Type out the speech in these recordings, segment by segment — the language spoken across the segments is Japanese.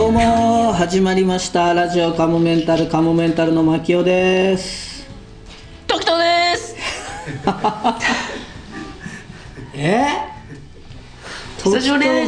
どうも始まりましたラジオカモメンタルの牧雄です。 時藤です久しぶりです。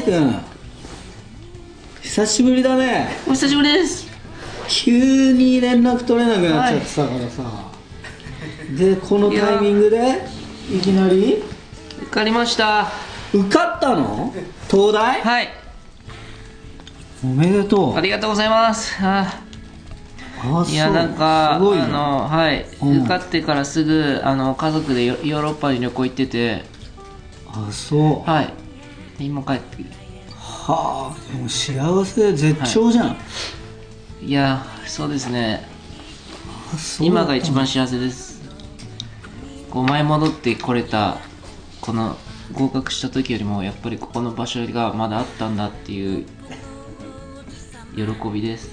久しぶりだね。 お久しぶりです。 急に連絡取れなくなっちゃってたからさ、でこのタイミングでいきなり受かりました。 受かったの？東大？ はい、 おめでとう。 ありがとうございます。いやなんかすごいね。 はい、受かってからすぐ家族でヨーロッパに旅行行ってて、 そう。 はい、で今帰ってきて、 はあ、でも幸せ絶頂じゃん。 いやそうですね。 そう今が一番幸せです。こう前戻ってこれた、この合格した時よりもやっぱりここの場所がまだあったんだっていう喜びです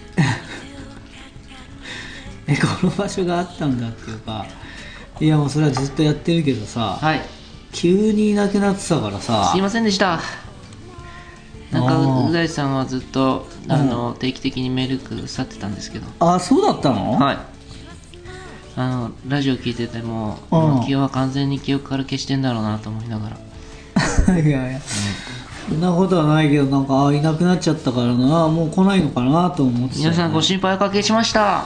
この場所があったんだっていうか、いやもうそれはずっとやってるけどさ、 はい、 急にいなくなってたからさ。 すいませんでした。なんかう大さんはずっと定期的にメールくださってたんですけど。 そうだったの？ はい、ラジオ聞いてても清は完全に記憶から消してんだろうなと思いながらいやいや、そんなことはないけど、なんかいなくなっちゃったからな、もう来ないのかなと思ってた、ね、 皆さんご心配おかけしました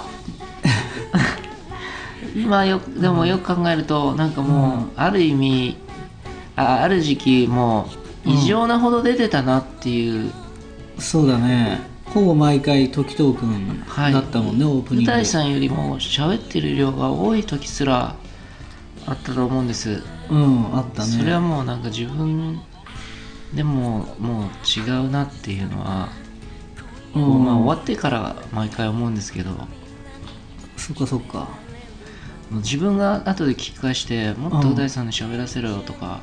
今でもよく考えるとなんかもう、ある意味ある時期もう異常なほど出てたなっていう、 そうだね、ほぼ毎回時藤くんだったもんね、オープニング。 う大さんよりも喋ってる量が多い時すらあったと思うんです。 あったね。 それはもうなんか自分でももう違うなっていうのは、終わってから毎回思うんですけど。 そっかそっか。 自分が後で聞き返してもっとう大さんに喋らせろよとか、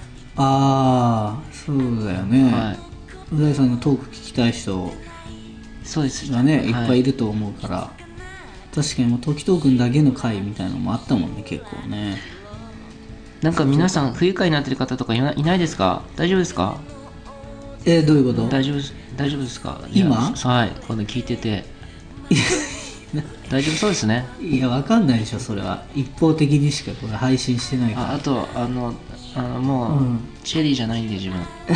そうだよね、 はい、 う大さんのトーク聞きたい人そうですがね、いっぱいいると思うから、確かにもう時藤くんだけの回みたいなのもあったもんね、結構ね。 なんか皆さん不愉快になってる方とかいないですか？大丈夫ですか？ どういうこと？ 大丈夫ですか？ 今？ はい、この聞いてて大丈夫そうですね。 いや、わかんないでしょ、それは一方的にしかこれ配信してないから。 あともう、チェリーじゃないんで自分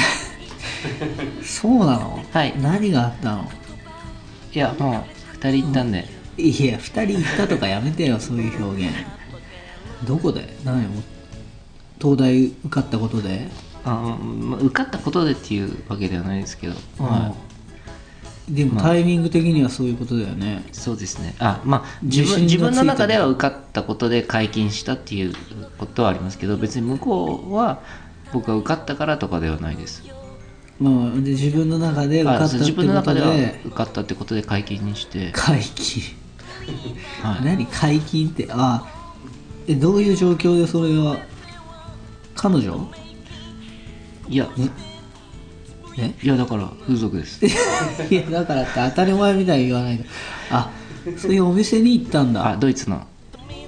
そうなの？ はい、 何があったの？ いやもう2人行ったんで、 いや、2人行ったとかやめてよそういう表現。どこで？何よ、東大受かったことで？ 受かったことでっていうわけではないですけど、 でもタイミング的にはそういうことだよね。 そうですね。自分の中では受かったことで解禁したっていうことはありますけど、別に向こうは僕は受かったからとかではないです。 で自分の中で受かったってことで、 自分の中では受かったってことで解禁にして解禁何解禁って？どういう状況でそれは？彼女？ いやだから風俗ですいやだからって当たり前みたいに言わないで。そういうお店に行ったんだ。 ドイツの。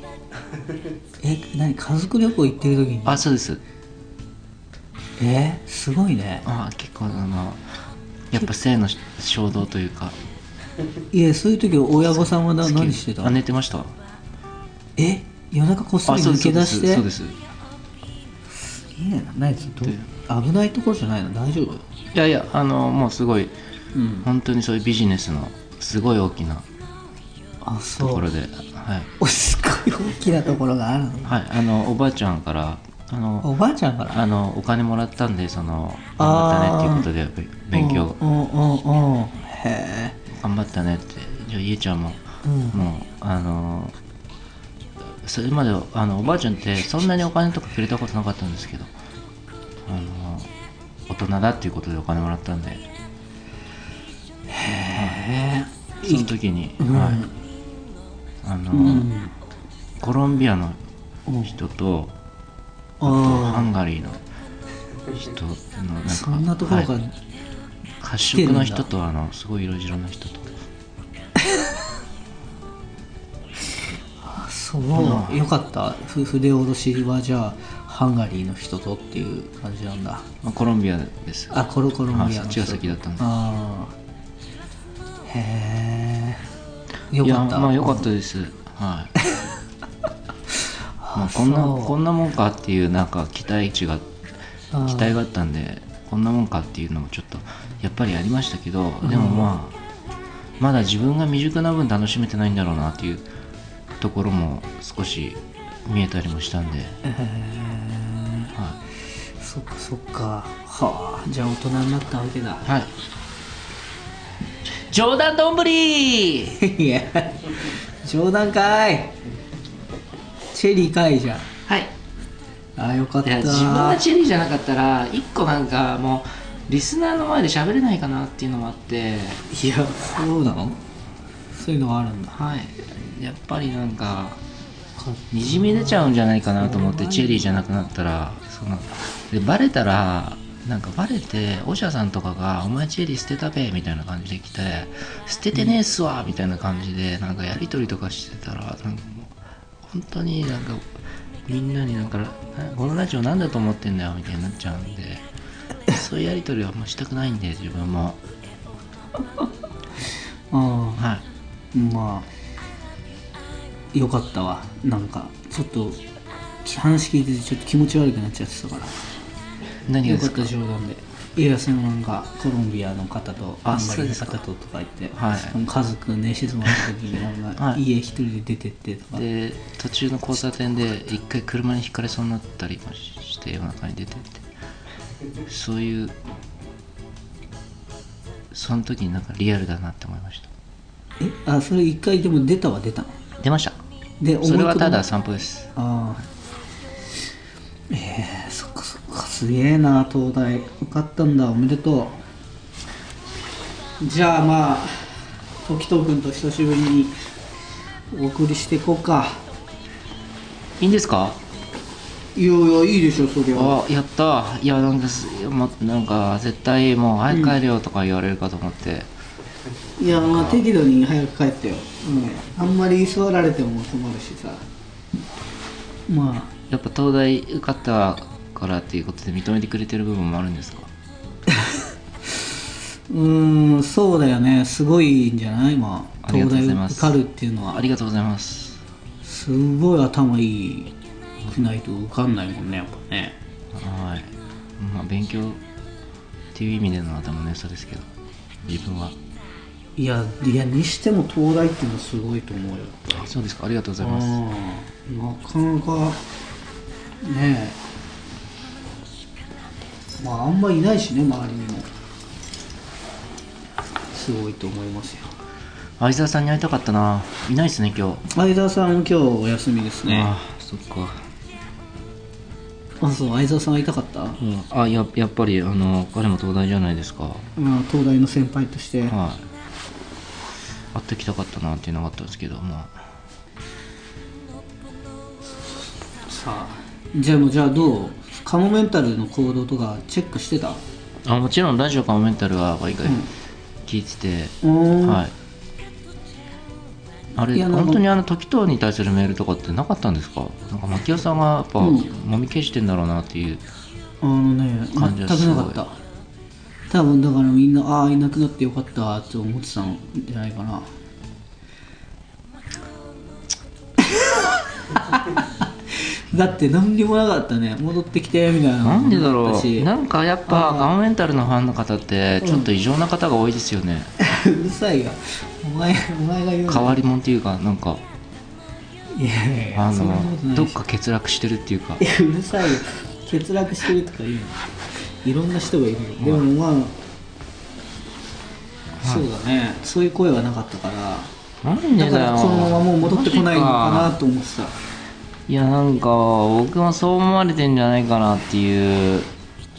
何、家族旅行行ってる時に？ そうです。 すごいね。 結構やっぱ性の衝動というか。 いや、そういう時親御さんは何してた？ 寝てました。 夜中こっそり抜け出して？ そうです。 いいね。何危ないところじゃないの？大丈夫？ いやもうすごい、本当にそういうビジネスのすごい大きなところで、 すごい大きなところがあるの？ おばあちゃんからおばあちゃんからお金もらったんで、頑張ったねっていうことで勉強頑張ったねって。じゃあゆうちゃんも、もうそれまでおばあちゃんってそんなにお金とかくれたことなかったんですけど、大人だっていうことでお金もらったんで、その時に、コロンビアの人とあとハンガリーの人のなんかそんなところから、 褐色の人とすごい色白の人とそうよかった。筆下ろしはじゃあハンガリーの人とっていう感じなんだ。 コロンビアです。 コロンビアの人。 そっちが先だったんで。 へへえ、よいやかった。 まあ良かったです。はい。まあ、こんなもんかっていうなんか期待があったんで、こんなもんかっていうのもちょっとやっぱりありましたけど、でもまあまだ自分が未熟な分楽しめてないんだろうなっていうところも少し見えたりもしたんで、 そっかそっか。はあ、じゃあ大人になったわけだ。 はい。冗談どんぶりいや、冗談かい。チェリーかいじゃん。 はい。 ああ、よかった。 いや、自分がチェリーじゃなかったら一個なんかもうリスナーの前で喋れないかなっていうのもあって、 いや、そうなの？そういうのがあるんだ。 はい。やっぱりなんかにじみ出ちゃうんじゃないかなと思って、チェリーじゃなくなったらでバレたらなんかバレておしゃさんとかが「お前チェリー捨てたべ」みたいな感じで来て「捨ててねえっすわ」みたいな感じでなんかやり取りとかしてたら、なんかもう本当になんかみんなになんか「このラジオなんだと思ってんだよ」みたいになっちゃうんで、そういうやり取りはもうしたくないんで、自分もあはいまあよかったわ。なんかちょっと話聞いててちょっと気持ち悪くなっちゃってたから。よかっ何がですか？ た、冗談で。いや、そのなんかコロンビアの方とあハンガリーのそうですか方ととか言って、 はいしかも家族寝静まった時になんかはい家一人で出てってとか、 で途中の交差点で一回車にひかれそうになったりもして夜中に出てって、そういうその時になんかリアルだなって思いました。 それ一回でも出たの？ 出ました。 で、 それはただあ散歩です。 あ、そっかそっか、すげえな。東大受かったんだ、おめでとう。じゃあまあ時藤君と久しぶりにお送りしていこうか。 いいんですか？ いやいや、いいでしょ、それは。 あ、やった。いやなんかなんか絶対もう早く帰れよとか言われるかと思って、 いや、まあ適度に早く帰ってよ。あんまり居座られても困るしさ。まあやっぱ東大受かったからっていうことで認めてくれてる部分もあるんですか？ そうだよね。すごいんじゃない？まあありがとうござい東大ます受かるっていうのはありがとうございます。 すごい頭いいくないと受かんないもんね、やっぱね。 はい。まあ勉強っていう意味での頭の良さですけど、自分はいやにしても東大っていうのはすごいと思うよ。 そうですか。ありがとうございます。 なかなかねえ、まああんまいないしね、周りにも。すごいと思いますよ。 相沢さんに会いたかったな。いないですね今日。 相沢さん今日お休みですね。 ああ、そっか。 そう、相沢さん会いたかった？ やっぱり彼も東大じゃないですか。 東大の先輩として。 はい。会ってきたかったなっていうのがあったんですけど、まあさあ、じゃあどう？カモメンタルの行動とかチェックしてた？ もちろんラジオカモメンタルは毎回聞いてて、はい。あれ本当に時藤に対するメールとかってなかったんですか？なんか牧雄さんがやっぱもみ消してんだろうなっていう感じはすごい。 全くなかった。多分だからみんな、いなくなってよかったって思ってたんじゃないかな。だって何にもなかったね。戻ってきてみたいな。 なんでだろう。なんかやっぱカモメンタルのファンの方ってちょっと異常な方が多いですよね。 うるさいよ。お前が言うの。 変わり者っていうか、なんかいやそんなことないしどっか欠落してるっていうか。 いや、うるさいよ。欠落してるとか言うの。いろんな人がいるよ。でもまあ、そうだね。そういう声はなかったから。 なんでだよ。 だからこのままもう戻ってこないのかなと思ってた。 いや、なんか僕もそう思われてんじゃないかなっていう。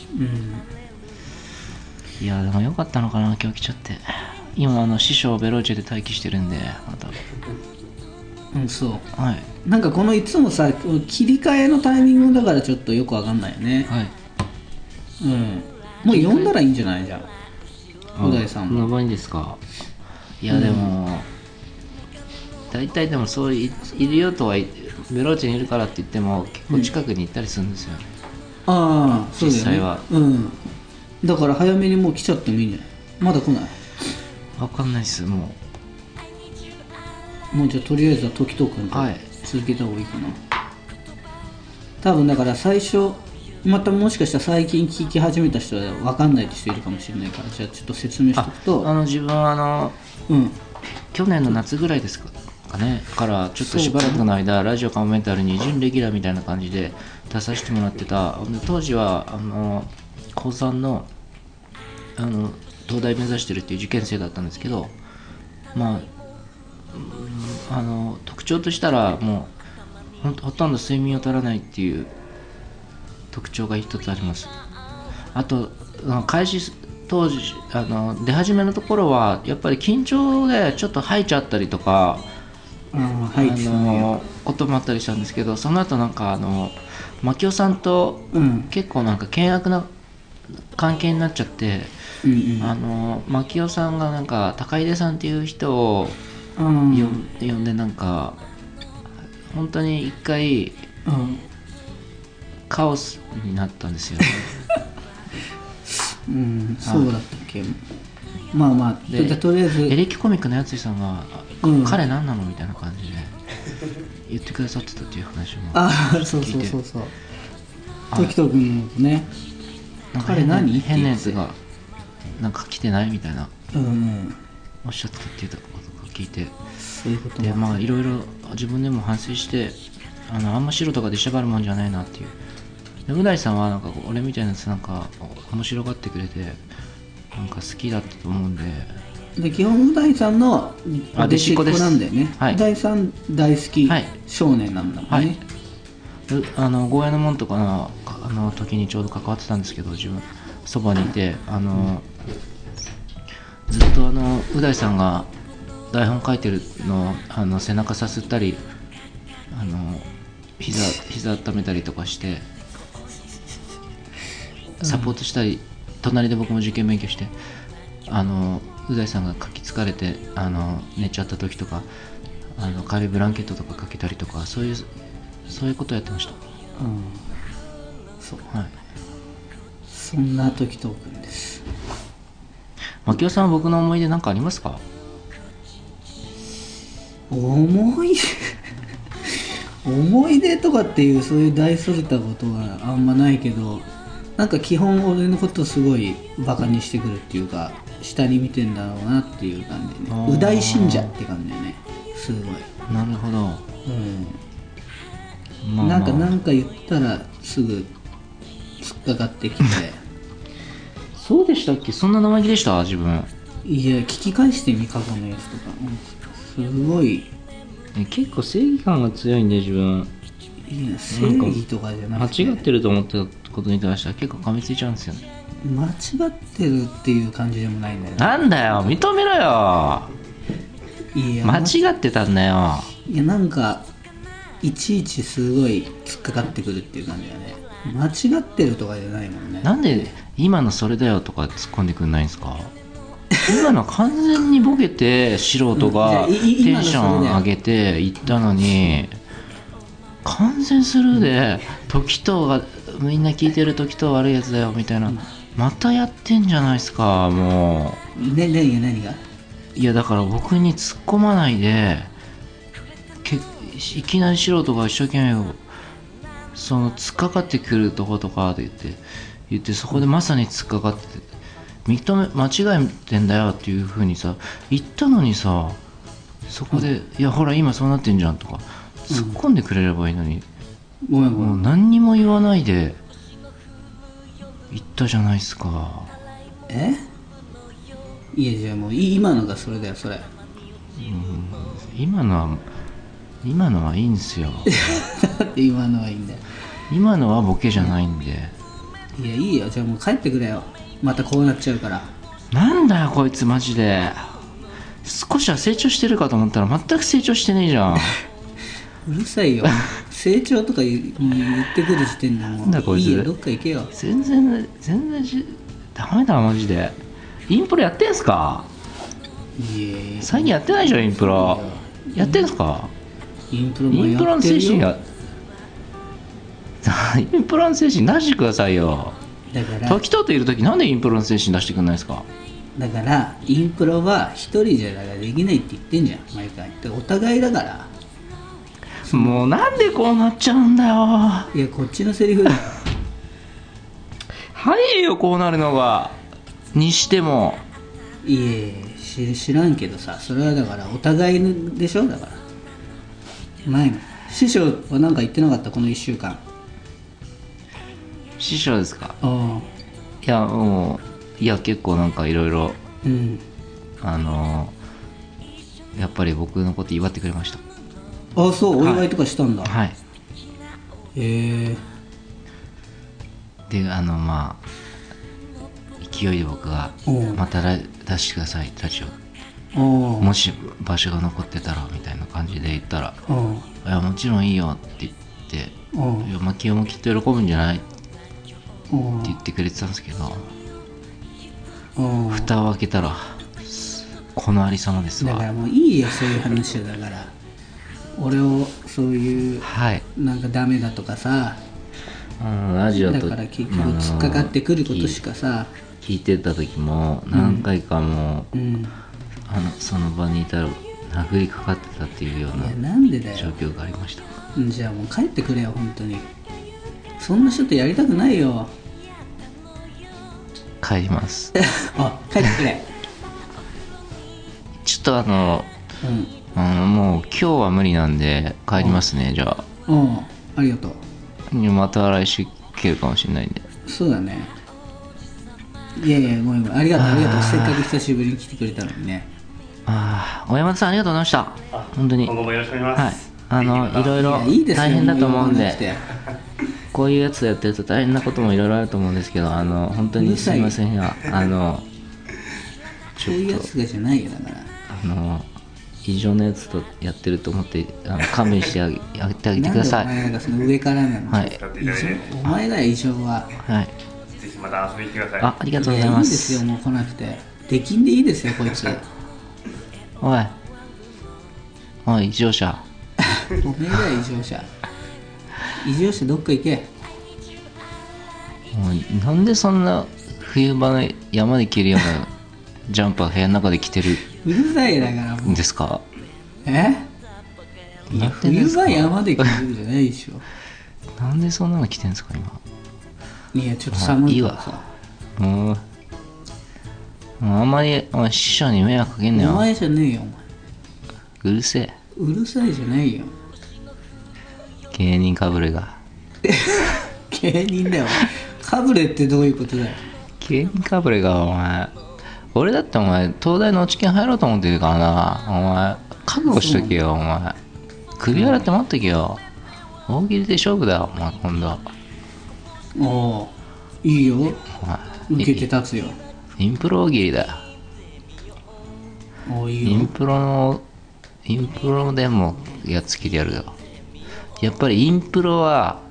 いやでもよかったのかな、今日来ちゃって。今師匠ベローチェで待機してるんで、また。 そう。 はい。 なんかいつもさ、切り替えのタイミングだからちょっとよくわかんないよね。 はい。 もう呼んだらいいんじゃない？じゃあ小田井さんも。 の場にですか？いやでも、大体でもそういるよとはベローチェにいるからって言っても結構近くに行ったりするんですよね。 そうだよね。 実際は。 だから早めにもう来ちゃってもいいんじゃない？まだ来ない？ 分かんないっす。ももうじゃあとりあえずは時藤君とはい続けた方がいいかな、多分だから最初またもしかしたら最近聞き始めた人は分かんない人いるかもしれないから、じゃあちょっと説明しておくと、 自分うん去年の夏ぐらいですかねからちょっとしばらくの間ラジオカモメンタルに準レギュラーみたいな感じで出させてもらってた。当時は高3の東大目指してるっていう受験生だったんですけど、まあ特徴としたらもうほとんど睡眠を取らないっていう特徴が一つあります。あと開始当時出始めのところはやっぱり緊張でちょっと吐いちゃったりとかこともあったりしたんですけど、その後なんか牧雄さんと結構なんか険悪な関係になっちゃって、牧雄さんがなんか高出さんっていう人を呼んでなんか本当に一回カオスになったんですよね。 そうだったっけ。まあまあじゃあとりあえずエレキコミックのやついさんが、彼何なのみたいな感じで言ってくださってたっていう話もそう聞いて、 時藤君のね、彼何変なやつがなんか来てないみたいな、おっしゃってたっていうことを聞いて、 そういうことでまあいろいろ自分でも反省してあんま素人が出しゃばるもんじゃないなっていう。でう大さんはなんか俺みたいなやつなんか面白がってくれてなんか好きだったと思うんで、 基本う大さんの弟子っ子なんだよね。 はい、 う大さん大好き少年なんだもんね。 ゴーヤの門とかの時にちょうど関わってたんですけど、自分そばにいてずっとう大さんが台本書いてるのを背中さすったり膝温めたりとかしてサポートしたり、隣で僕も受験勉強してう大さんが書き疲れて寝ちゃった時とか軽いブランケットとかかけたりとか、そういうことをやってました。 そう、 はい、 そんな時藤君です。 牧雄さんは僕の思い出何かありますか？ 思い出とかっていうそういう大それたことはあんまないけど、なんか基本俺のことすごいバカにしてくるっていうか下に見てんだろうなっていう感じでね、う大信者って感じだよね。すごい。 なるほど。 なんか言ったらすぐ突っかかってきてそうでしたっけ？そんな生意気でした自分。 いや聞き返してみ過去のやつとか、すごい結構正義感が強いんで自分。 いや正義とかじゃなくて間違ってると思ったことに対しては結構噛みついちゃうんですよね。 間違ってるっていう感じでもないんだよね。 なんだよ認めろよ。 いや間違ってたんだよ。 いやなんかいちいちすごい突っかかってくるっていう感じだね。間違ってるとかじゃないもんね。 なんで今のそれだよとか突っ込んでくんないんですか？今の完全にボケて素人がテンション上げて言ったのに完全スルーで時とがみんな聞いてる時と悪いやつだよみたいな、またやってんじゃないですかもう。 何がいやだから僕に突っ込まないでいきなり素人が一生懸命突っかかってくるとことかで言ってそこでまさに突っかかって間違えてんだよっていう風にさ言ったのにさ、そこで、いやほら今そうなってんじゃんとか突っ込んでくれればいいのに、 ごめんもう何にも言わないで言ったじゃないですか。 いやじゃあもう今のがそれだよそれ。 今のはいいんですよ。 だって今のはいいんだよ。 今のはボケじゃないんで。 いやいいよじゃあもう帰ってくれよ。またこうなっちゃうから。 なんだよこいつマジで。少しは成長してるかと思ったら全く成長してねえじゃん。 うるさいよ。成長とか言ってくる時点でもなんだこいついいよどっか行けよ。 全然ダメだマジで。インプロやってんすか？最近やってないじゃんインプロ。やってんすか？ インプロもやってるよ。 インプロの精神がインプロの精神出してくださいよ。 だから時といる時なんでインプロの精神出してくんないですか？ だからインプロは一人じゃだからできないって言ってんじゃん毎回。でお互いだから。 もうなんでこうなっちゃうんだよ。 いやこっちのセリフだよ。 早いよこうなるのが。にしてもいえ知らんけどさ、それはだからお互いでしょ。だからないの。師匠は何か言ってなかったこの1週間。 師匠ですか。 あいやもういや結構なんかいろいろうんやっぱり僕のこと祝ってくれました。 あそうお祝いとかしたんだ。 はい。 へえでまあ勢いで僕がまた出してくださいラジオもし場所が残ってたらみたいな感じで言ったらいやもちろんいいよって言っていやマキオもきっと喜ぶんじゃないって言ってくれてたんですけど蓋を開けたらこのありさまですわ。 だからもういいよそういう話だから俺をそういうなんかダメだとかさ、 ラジオとだから結局突っかかってくることしかさ、 聞いてた時も何回かもう、その場にいたら殴りかかってたっていうような状況がありました。 じゃあもう帰ってくれよ本当に。そんな人とやりたくないよ。 帰りますあ帰ってくれ。 ちょっともう今日は無理なんで帰りますね。じゃあありがとう。 また来週来るかもしれないんで。 そうだね。いやいやごめんありがとうせっかく久しぶりに来てくれたのにね。 小山田さんありがとうございました。本当に今後もよろしくお願いします。 いろいろ大変だと思うんでこういうやつやってると大変なこともいろいろあると思うんですけど本当にすいませんがそういうやつがじゃないよ。だから異常なやつとやってると思って勘弁してあげてください。 なんでお前がその上からなの。 はいお前だよ異常は。 はいぜひまた遊びに来てください。 ありがとうございます。 いいですよもう来なくて出禁でいいですよこいつ。 おい異常者おめえだよ異常者。異常者どっか行け。 なんでそんな冬場の山で着るようなジャンパー部屋の中で着てるうるさいだからもう。 ですか。 いや冬場山で着るじゃないでしょ。 なんでそんなの着てんですか今。 いやちょっと寒いからさ。 もうあんまり師匠に迷惑かけんなよ。 お前じゃねえよお前。 うるせえ。 うるさいじゃないよ。 芸人かぶれが。 芸人だよ。かぶれってどういうことだよ。 芸人かぶれがお前。俺だってお前東大の落ち研入ろうと思ってるからな。お前覚悟しとけよお前。首洗って待っとけよ。大喜利で勝負だよお前今度。 おいいよ受けて立つよ。 インプロ大喜利だよ。 いいよ。 インプロでもやっつけてやるよ。やっぱりインプロは、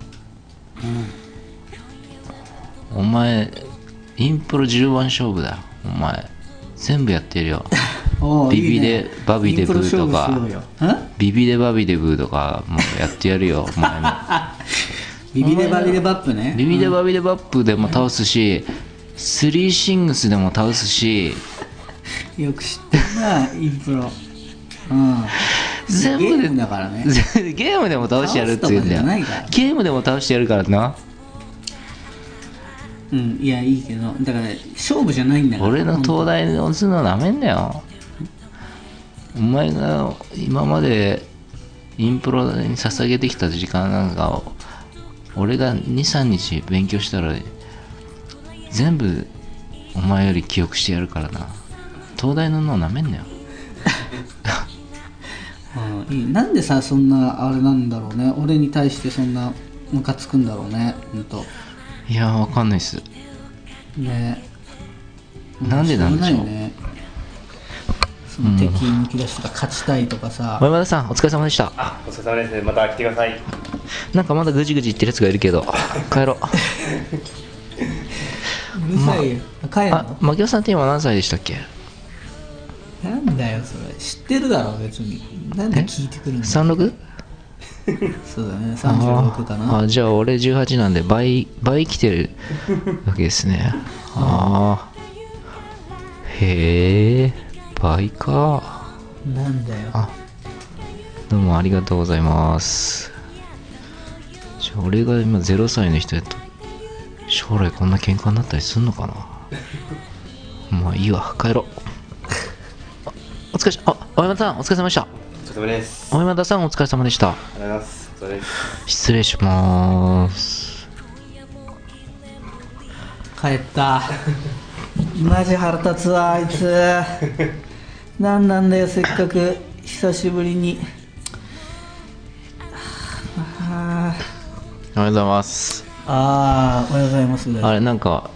お前インプロ10番勝負だよお前。全部やってるよ。ビビでバビでブーとかビビでバビでブーとかもうやってやるよお前も。 ビビでバビでバップね。 ビビでバビでバップでも倒すし、スリーシングスでも倒すし。 よく知ってるなインプロ。 全部でゲームだからね。 ゲームでも倒してやるって言うんだよ。ゲームでも倒してやるからな。 いやいいけどだから勝負じゃないんだから。 俺の東大の頭脳なめんなよ。お前が今までインプロに捧げてきた時間なんかを俺が 2,3 日勉強したら全部お前より記憶してやるからな。東大の脳なめんなよ。 なんでさそんなあれなんだろうね。俺に対してそんなムカつくんだろうねほんと。 いやわかんないっすね。 なんでなんでしょうね。その敵抜き出しとか勝ちたいとかさ。 小山田さんお疲れ様でした。 お疲れ様です。また来てください。 なんかまだぐじぐじ言ってるやつがいるけど帰ろう。 うるさいよ、帰るの。 牧雄さんって今何歳でしたっけ。 なんだよそれ知ってるだろ別に。なんで聞いてくるんだ。 36？ そうだね36かな。 じゃあ俺18なんで倍来てるわけですね。 へえ、倍か。 なんだよ。 あ、どうもありがとうございます。じゃあ俺が今0歳の人やと将来こんな喧嘩になったりすんのかな。まあいいわ、帰ろう。お疲れ様、青山さんお疲れ様でした。 お疲れ様です。 青山さんお疲れ様でした。 ありがとうございます。お疲れ様です。 失礼します。 帰ったマジ腹立つわあいつなんなんだよ、せっかく久しぶりに。 おはようございます。 おはようございます。 あれなんか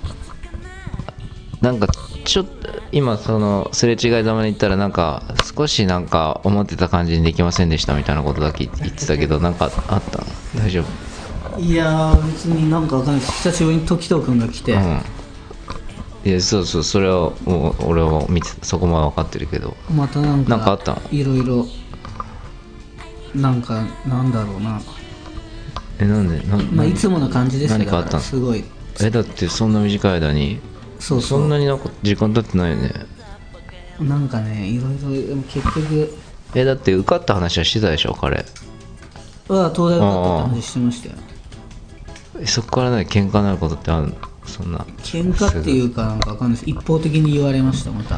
ちょっと今そのすれ違いざまに言ったらなんか少しなんか思ってた感じにできませんでしたみたいなことだけ言ってたけど、なんかあったの？大丈夫？ いやー別になんかわかんない。久しぶりに時藤君が来て、 いやそうそう、それはもう俺は見てそこまで分かってるけど、 またなんかあったの？ いろいろなんかなんだろうな。 なんでまあいつもの感じですね。 何かあったの？ すごい。 だってそんな短い間にそうそんなになんか時間経ってないよね。 なんかね、いろいろでも結局だって受かった話はしてたでしょ彼は。東大受かったって話してましたよ。 そこからね喧嘩になることってあるの？そんな喧嘩っていうかなんかわかんないです。一方的に言われましたまた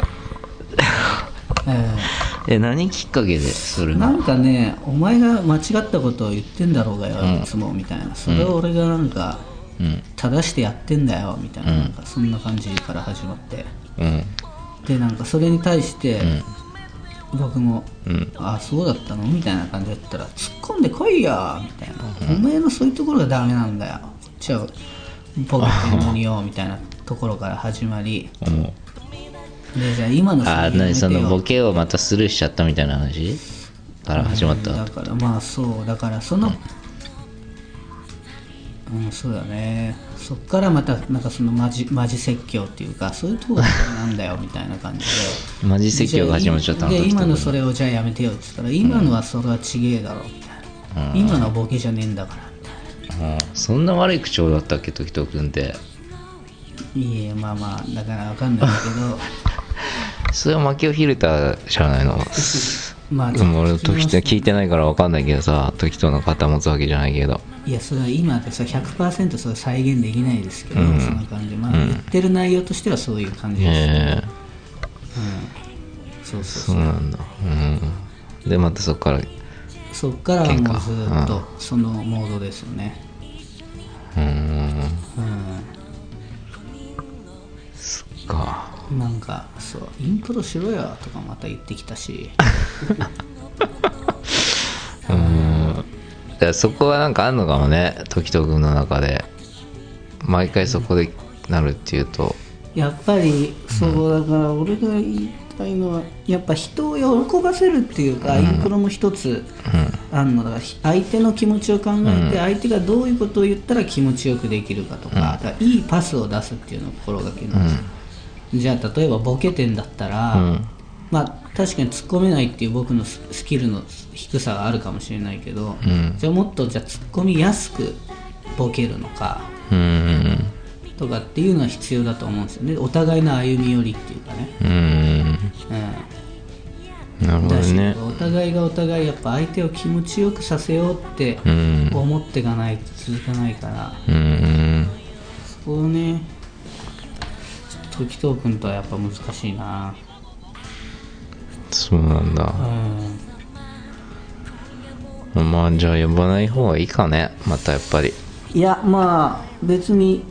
何きっかけでそれなんかね、お前が間違ったことを言ってんだろうがよ、いつもみたいな。それを俺がなんか正してやってんだよみたいな、なんかそんな感じから始まって、でなんかそれに対して僕もあそうだったのみたいな感じだったら、突っ込んでこいよみたいな、お前のそういうところがダメなんだよ、こっちはボケてんのによみたいなところから始まり、でじゃあ今のそのボケをまたスルーしちゃったみたいな話から始まった。 だからまあそうだからそのそうだね。そっからまたなんかそのマジ説教っていうか、そういうところなんだよみたいな感じでマジ説教が始まっちゃったの。 で今のそれをじゃあやめてよって言ったら、今のはそれはちげえだろみたいな、今のはボケじゃねえんだからみたいな。 そんな悪い口調だったっけ時藤君って。 いえまあまあだから分かんないけどそれはマキオフィルターじゃないのまあでも俺時藤聞いてないから分かんないけどさ、時藤の肩持つわけじゃないけど、 いやそれは今でさ 100% それ再現できないですけど、そんな感じ、まあ言ってる内容としてはそういう感じです、そうなんだ。でまたそっからはもうずっとそのモードですよね。 そっか。 なんかそうインプロしろよとかまた言ってきたしだからそこはなんかあんのかもね、時藤君の中で毎回そこでなるっていうと、 やっぱりそうだから俺が言いたいのはやっぱ人を喜ばせるっていうか、インプロも一つあるのだから、相手の気持ちを考えて相手がどういうことを言ったら気持ちよくできるかとか、だからいいパスを出すっていうのを心がけるんですよ。じゃあ例えばボケてんだったら、まあ確かに突っ込めないっていう僕のスキルの低さがあるかもしれないけど、じゃあもっとじゃあ突っ込みやすくボケるのか、とかっていうのは必要だと思うんですよね。お互いの歩み寄りっていうかね。 なるほどね。 お互いがお互いやっぱ相手を気持ちよくさせようって思っていかないと続かないから、そこをねちょっと時藤君とはやっぱ難しいな。 そうなんだ。まあじゃあ呼ばない方がいいかね、またやっぱり。 いやまあ別に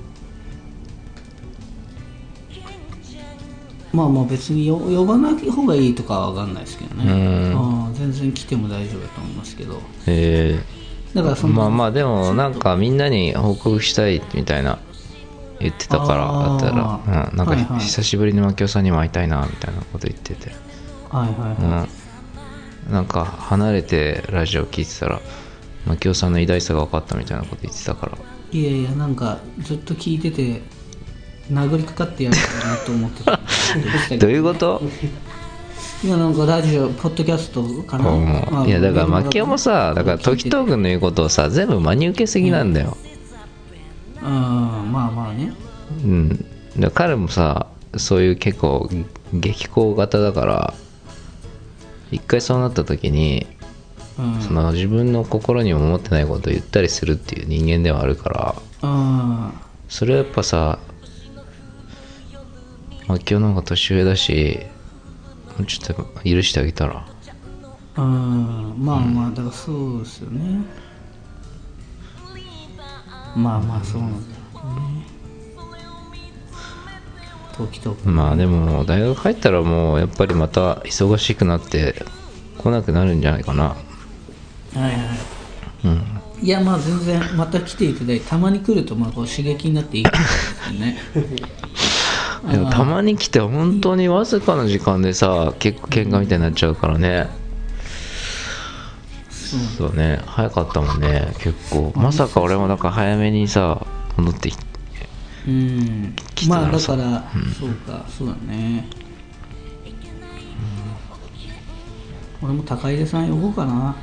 まあ別に呼ばない方がいいとかは分かんないですけどね。全然来ても大丈夫だと思いますけど。だからまあでもなんかみんなに報告したいみたいな言ってたからだったら、なんか久しぶりにマキオさんにも会いたいなみたいなこと言ってて、なんか離れてラジオ聞いてたらマキオさんの偉大さが分かったみたいなこと言ってたから。 いやいやなんかずっと聞いてて殴りかかってやるかなと思ってたどういうこと？ いやなんかラジオポッドキャストかな、 いやだからマキオもさ、だから時藤君の言うことをさ全部真に受けすぎなんだよ。 まあね。 だから彼もさそういう結構激高型だから、一回そうなった時に、その自分の心にも思ってないことを言ったりするっていう人間ではあるから、それはやっぱさ、今日の方が年上だし、もうちょっと許してあげたら。 まあまあだからそうですよね。まあまあそうなんだよね。時とまあでも大学入ったらもうやっぱりまた忙しくなって来なくなるんじゃないかな。 はいはい、いやまあ全然また来ていただいて、たまに来るとまあこう刺激になっていいですよね。 でもたまに来て本当にわずかな時間でさ、結構喧嘩みたいになっちゃうからね。そうね、早かったもんね結構。まさか俺もだから早めにさ戻ってきて、来たまあだらさ、 から、そうか、そうだね。俺も高出さん呼ぼうかな、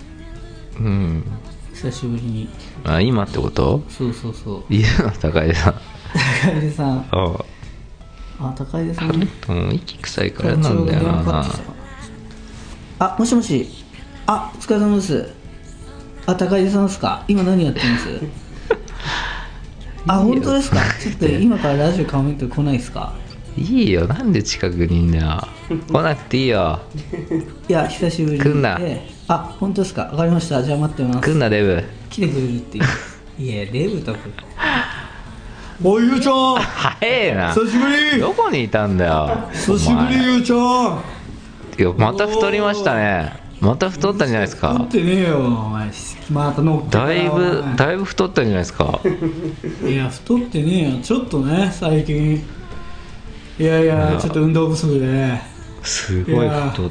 久しぶりに。 あ、今ってこと？ そうそうそう、 いるの高井さん。 高出さん。高出さんね。 息臭いからなんだよな。 あ、もしもし。あ、お疲れ様です。高出さんですか？今何やってます？あ、本当ですか？ちょっと今からラジオカメント来ないですか？ いいよ、なんで近くにいんだよ。来なくていいよ。 いや、久しぶりに。 来んな。 あ、本当ですか？わかりました。じゃあ待ってます。 来んな、デブ。 来てくれるっていう。いや、デブとか。おい、ゆうちゃん。 早えな。 久しぶり。 どこにいたんだよ。 久しぶり、ゆうちゃん。 いや、また太りましたね。また太ったんじゃないですか。 太ってねえよ、お前。また乗っけたよ。 だいぶ太ったんじゃないですか。 いや、太ってねえよ。ちょっとね、最近。いやいや、ちょっと運動不足でね。 すごい太って。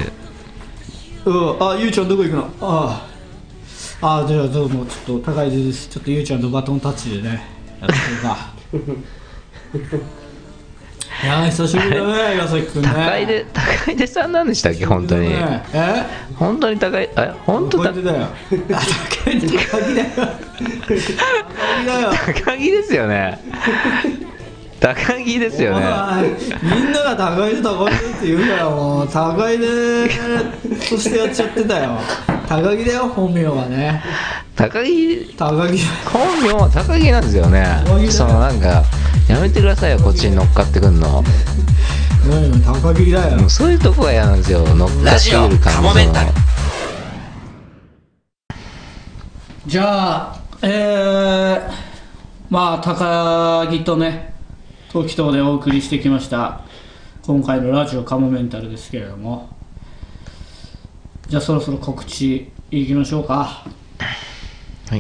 あ、ゆうちゃんどこ行くの？じゃあどうも、ちょっと高井です。ちょっとゆうちゃんとバトンタッチでね、やってるか。いやー、久しぶりだね、岩崎くんね。 高出さんなんでしたっけ、本当に。本当に高井、本当だ。 高木だよ。高木ですよね。高木ですよね。 みんなが高井でって言うからもう高井でとしてやっちゃってたよ。高木だよ、本名はね。 高木本名は高木なんですよね。そのなんかやめてくださいよ、こっちに乗っかってくんの。 高木だよ。 もうそういうとこが嫌なんですよ、乗っかってくる感じの。 じゃあまあ高木とね、時藤でお送りしてきました今回のラジオカモメンタルですけれども、じゃあそろそろ告知いきましょうか。 はい。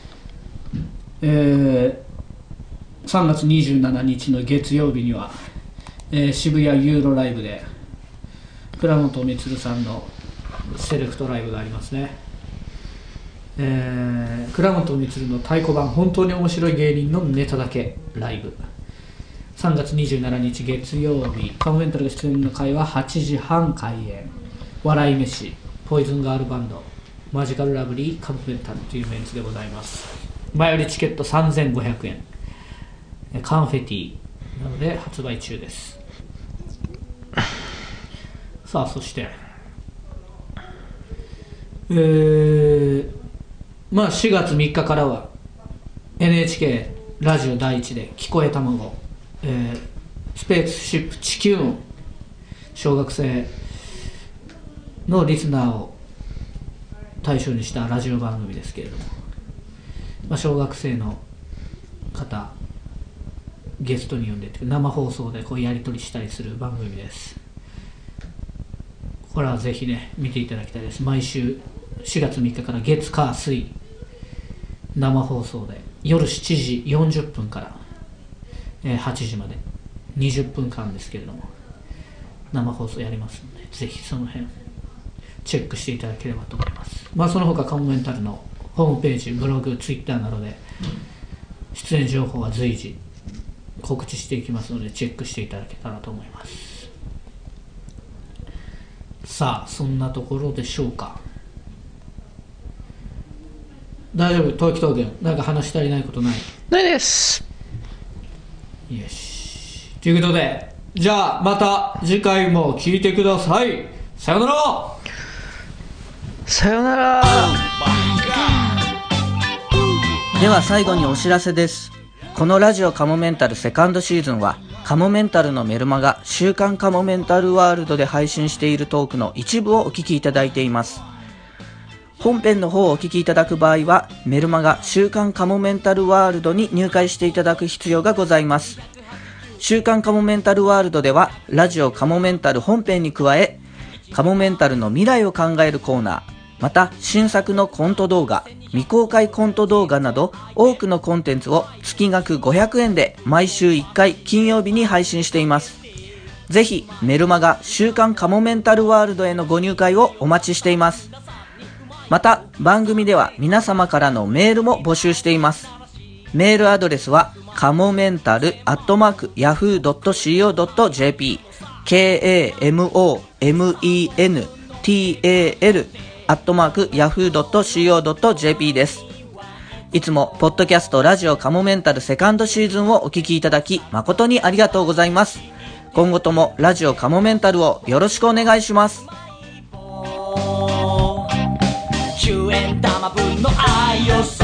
3月27日の月曜日には、渋谷ユーロライブで倉本充さんのセレクトライブがありますね。倉本充の太鼓判本当に面白い芸人のネタだけライブ、3月27日月曜日、カモメンタルが出演の会は8時半開演。笑い飯、ポイズンガールバンド、マジカルラブリー、カモメンタルというメンツでございます。前よりチケット3500円、カンフェティなので発売中です。さあ、そしてまあ4月3日からは NHK ラジオ第一で聞こえ卵、スペースシップ地球音、小学生のリスナーを対象にしたラジオ番組ですけれども、まあ、小学生の方ゲストに呼んで生放送でこうやり取りしたりする番組です。これはぜひね見ていただきたいです。毎週4月3日から月火水生放送で夜7時40分から、8時まで20分間ですけれども生放送やりますので、ぜひその辺チェックしていただければと思います。まあその他カモメンタルのホームページ、ブログ、ツイッターなどで出演情報は随時告知していきますのでチェックしていただけたらと思います。さあそんなところでしょうか。大丈夫？東京君なんか話し足りないことない？ ないです。 よし、とということで、じゃあまた次回も聞いてください。さよなら。 さよなら。 では最後にお知らせです。このラジオカモメンタルセカンドシーズンは、カモメンタルのメルマガ週刊カモメンタルワールドで配信しているトークの一部をお聞きいただいています。本編の方をお聞きいただく場合は、メルマガ週刊カモメンタルワールドに入会していただく必要がございます。週刊カモメンタルワールドでは、ラジオカモメンタル本編に加え、カモメンタルの未来を考えるコーナー、また新作のコント動画、未公開コント動画など多くのコンテンツを月額500円で毎週1回金曜日に配信しています。ぜひメルマガ週刊カモメンタルワールドへのご入会をお待ちしています。また番組では皆様からのメールも募集しています。メールアドレスはカモメンタル@yahoo.co.jp kamomental@yahoo.co.jp です。いつもポッドキャストラジオカモメンタルセカンドシーズンをお聞きいただき誠にありがとうございます。今後ともラジオカモメンタルをよろしくお願いします。10円玉分の愛を